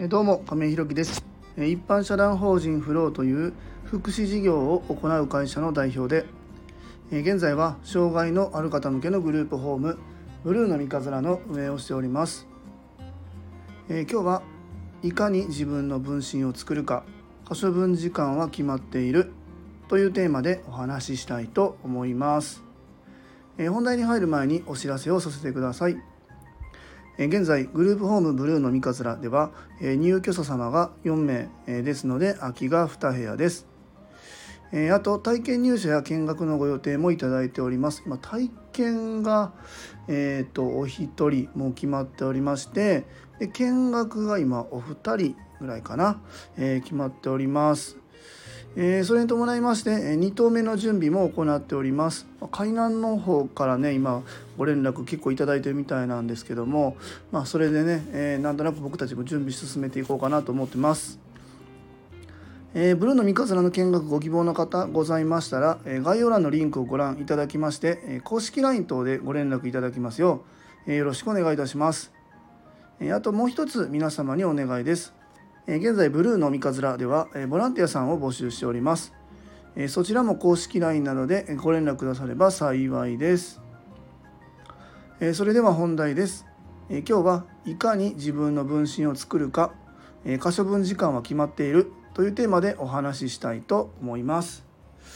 どうも亀井ひろきです。一般社団法人フローという福祉事業を行う会社の代表で、現在は障害のある方向けのグループホームブルーの三日面の運営をしております。今日はいかに自分の分身を作るか、可処分時間は決まっているというテーマでお話ししたいと思います。本題に入る前にお知らせをさせてください。現在グループホームブルーの三日面では入居者様が4名ですので空きが2部屋です。あと体験入所や見学のご予定もいただいております。今体験が、お一人もう決まっておりまして、で見学が今お二人ぐらいかな、決まっております。それに伴いまして2棟目の準備も行っております。海南の方からね今ご連絡結構いただいてるみたいなんですけども、それでね、なんとなく僕たちも準備進めていこうかなと思ってます。ブルーの三日面の見学ご希望の方ございましたら、概要欄のリンクをご覧いただきまして、公式 LINE 等でご連絡いただきますよう、よろしくお願いいたします。あともう一つ皆様にお願いです。現在ブルーの三日面ではボランティアさんを募集しております。そちらも公式 LINE などでご連絡くだされば幸いです。それでは本題です。今日はいかに自分の分身を作るか、可処分時間は決まっているというテーマでお話ししたいと思います。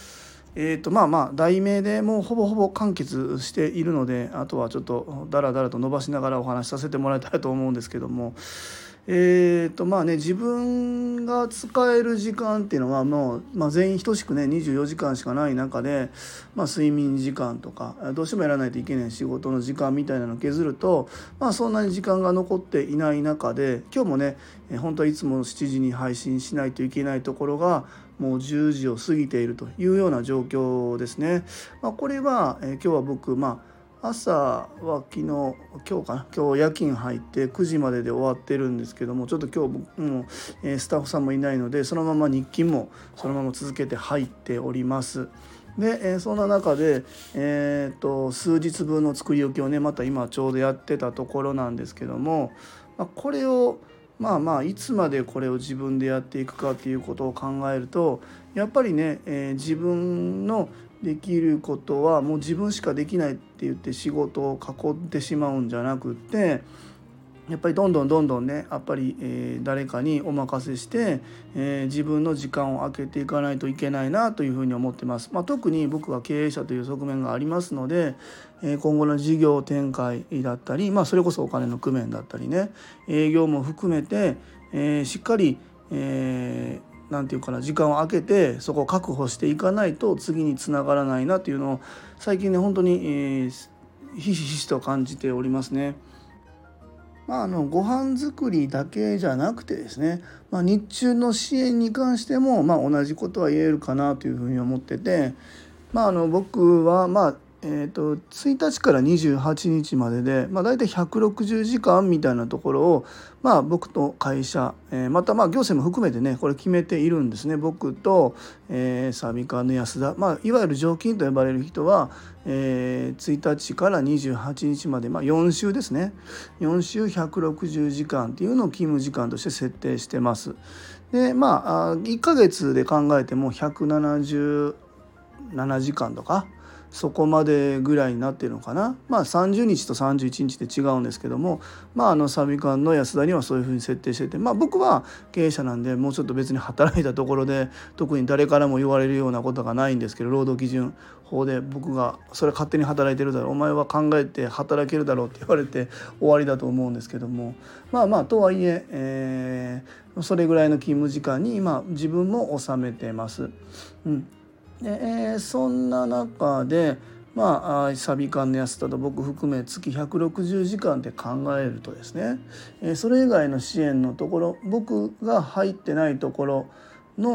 題名でもうほぼほぼ完結しているので、あとはちょっとだらだらと伸ばしながらお話しさせてもらいたいと思うんですけども、自分が使える時間っていうのはもう、全員等しくね24時間しかない中で、睡眠時間とかどうしてもやらないといけない仕事の時間みたいなのを削ると、そんなに時間が残っていない中で、今日もね本当はいつも7時に配信しないといけないところがもう10時を過ぎているというような状況ですね。これは、今日は僕朝は今日夜勤入って9時までで終わってるんですけども、ちょっと今日僕もスタッフさんもいないのでそのまま日勤もそのまま続けて入っております。で、そんな中で、数日分の作り置きをねまた今ちょうどやってたところなんですけども、これをいつまでこれを自分でやっていくかっていうことを考えると、やっぱりね、自分のできることはもう自分しかできないって言って仕事を囲ってしまうんじゃなくって、やっぱりどんどんねやっぱり、誰かにお任せして、自分の時間を空けていかないといけないなというふうに思ってます。特に僕は経営者という側面がありますので、今後の事業展開だったり、それこそお金の工面だったりね営業も含めて、しっかり、なんていうかな時間を空けてそこを確保していかないと次につながらないなというのを最近ね本当に、ひしひしと感じておりますね。ご飯作りだけじゃなくてですね、日中の支援に関しても、同じことは言えるかなというふうに思ってて、僕は1日から28日までで、だいたい160時間みたいなところを、僕と会社、また行政も含めてねこれ決めているんですね。僕と、サビカの安田、いわゆる常勤と呼ばれる人は、1日から28日まで、4週ですね。4週160時間っていうのを勤務時間として設定してます。で1ヶ月で考えても177時間とかそこまでぐらいになっているのかな。30日と31日で違うんですけども、サビ館の安田にはそういうふうに設定してて、僕は経営者なんでもうちょっと別に働いたところで特に誰からも言われるようなことがないんですけど、労働基準法で僕がそれ勝手に働いてるだろう、お前は考えて働けるだろうって言われて終わりだと思うんですけども、とはいえそれぐらいの勤務時間に今自分も収めてます。でそんな中でサビ館の安田と僕含め月160時間って考えるとですね、それ以外の支援のところ僕が入ってないところの、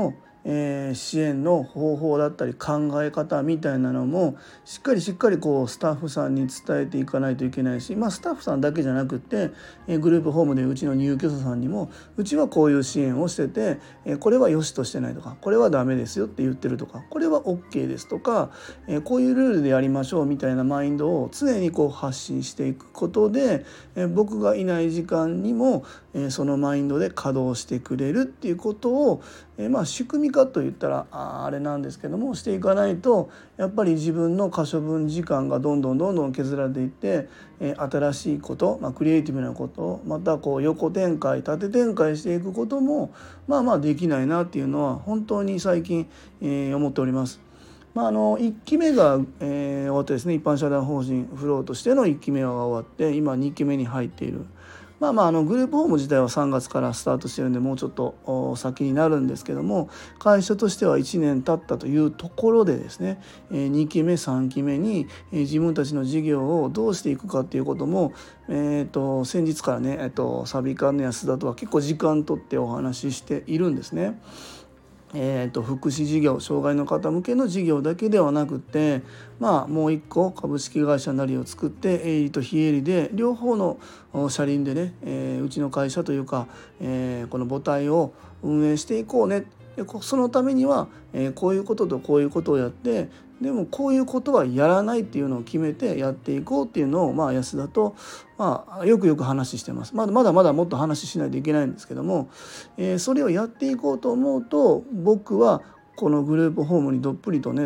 支援の方法だったり考え方みたいなのもしっかりスタッフさんに伝えていかないといけないし、スタッフさんだけじゃなくてグループホームでうちの入居者さんにもうちはこういう支援をしててこれは良しとしてないとかこれはダメですよって言ってるとかこれは OK ですとかこういうルールでやりましょうみたいなマインドを常に発信していくことで僕がいない時間にもそのマインドで稼働してくれるっていうことを仕組み化といったらあれなんですけどもしていかないとやっぱり自分の可処分時間がどんどん削られていって新しいこと、クリエイティブなことまた横展開縦展開していくこともできないなっていうのは本当に最近思っております。1期目が終わってですね、一般社団法人フローとしての1期目が終わって今2期目に入っている。グループホーム自体は3月からスタートしてるんでもうちょっと先になるんですけども会社としては1年経ったというところでですね2期目3期目に自分たちの事業をどうしていくかっていうことも先日からねサビカンの安田とは結構時間取ってお話ししているんですね。福祉事業障害の方向けの事業だけではなくてもう一個株式会社なりを作って営利と非営利で両方の車輪でね、うちの会社というか、この母体を運営していこうねでそのためには、こういうこととこういうことをやってでもこういうことはやらないっていうのを決めてやっていこうっていうのを安田とよく話してます。まだもっと話しないといけないんですけども、それをやっていこうと思うと僕はこのグループホームにどっぷりとね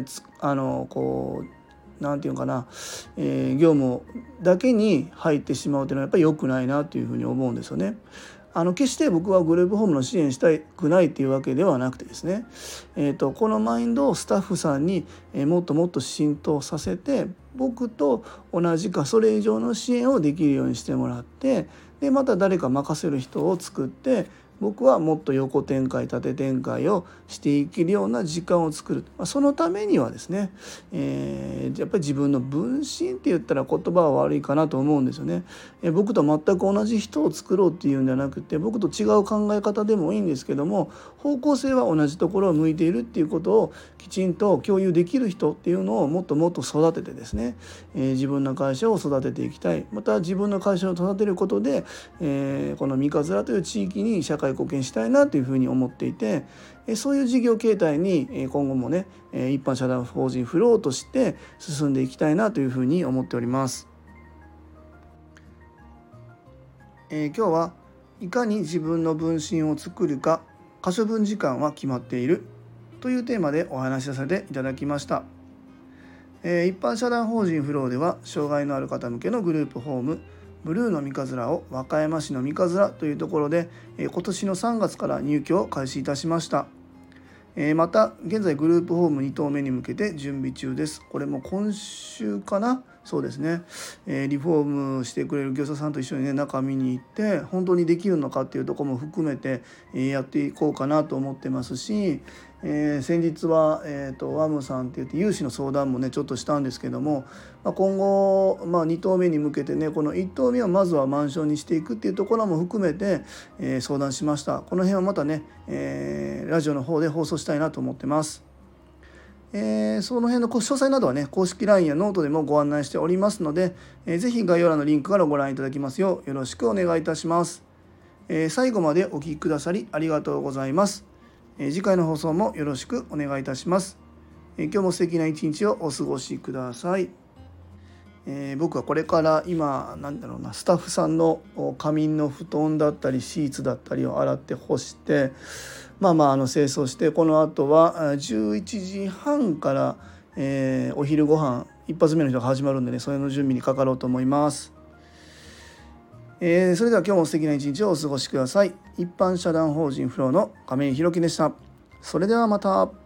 なんていうのかな、業務だけに入ってしまうというのはやっぱり良くないなというふうに思うんですよね。決して僕はグループホームの支援したくないっていうわけではなくてですね、このマインドをスタッフさんにもっと浸透させて僕と同じかそれ以上の支援をできるようにしてもらってでまた誰か任せる人を作って僕はもっと横展開縦展開をしていけるような時間を作る。そのためにはですね、やっぱり自分の分身って言ったら言葉は悪いかなと思うんですよね。僕と全く同じ人を作ろうっていうんじゃなくて僕と違う考え方でもいいんですけども方向性は同じところを向いているっていうことをきちんと共有できる人っていうのをもっと育ててですね、自分の会社を育てていきたい。また自分の会社を育てることで、この三日面という地域に社会貢献したいなというふうに思っていてそういう事業形態に今後もね一般社団法人フローとして進んでいきたいなというふうに思っております。今日はいかに自分の分身を作るか可処分時間は決まっているというテーマでお話しさせていただきました。一般社団法人フローでは障害のある方向けのグループホームブルーの三日面を和歌山市の三日面というところで今年の3月から入居を開始いたしました。また現在グループホーム2棟目に向けて準備中です。これも今週かな、そうですね、リフォームしてくれる業者さんと一緒にね中見に行って本当にできるのかっていうところも含めてやっていこうかなと思ってますし、先日は、ワムさんって言って融資の相談もねちょっとしたんですけども、今後、2棟目に向けてねこの1棟目をまずはマンションにしていくっていうところも含めて、相談しました。この辺はまたね、ラジオの方で放送したいなと思ってます。その辺の詳細などはね公式 LINE やノートでもご案内しておりますので、ぜひ概要欄のリンクからご覧いただきますようよろしくお願いいたします。最後までお聞きくださりありがとうございます。次回の放送もよろしくお願いいたします。今日も素敵な一日をお過ごしください。僕はこれから今スタッフさんの仮眠の布団だったりシーツだったりを洗って干して清掃してこの後は11時半から、お昼ご飯一発目の人が始まるんでねそれの準備にかかろうと思います。それでは今日も素敵な一日をお過ごしください。一般社団法人フローの亀井宏樹でした。それではまた。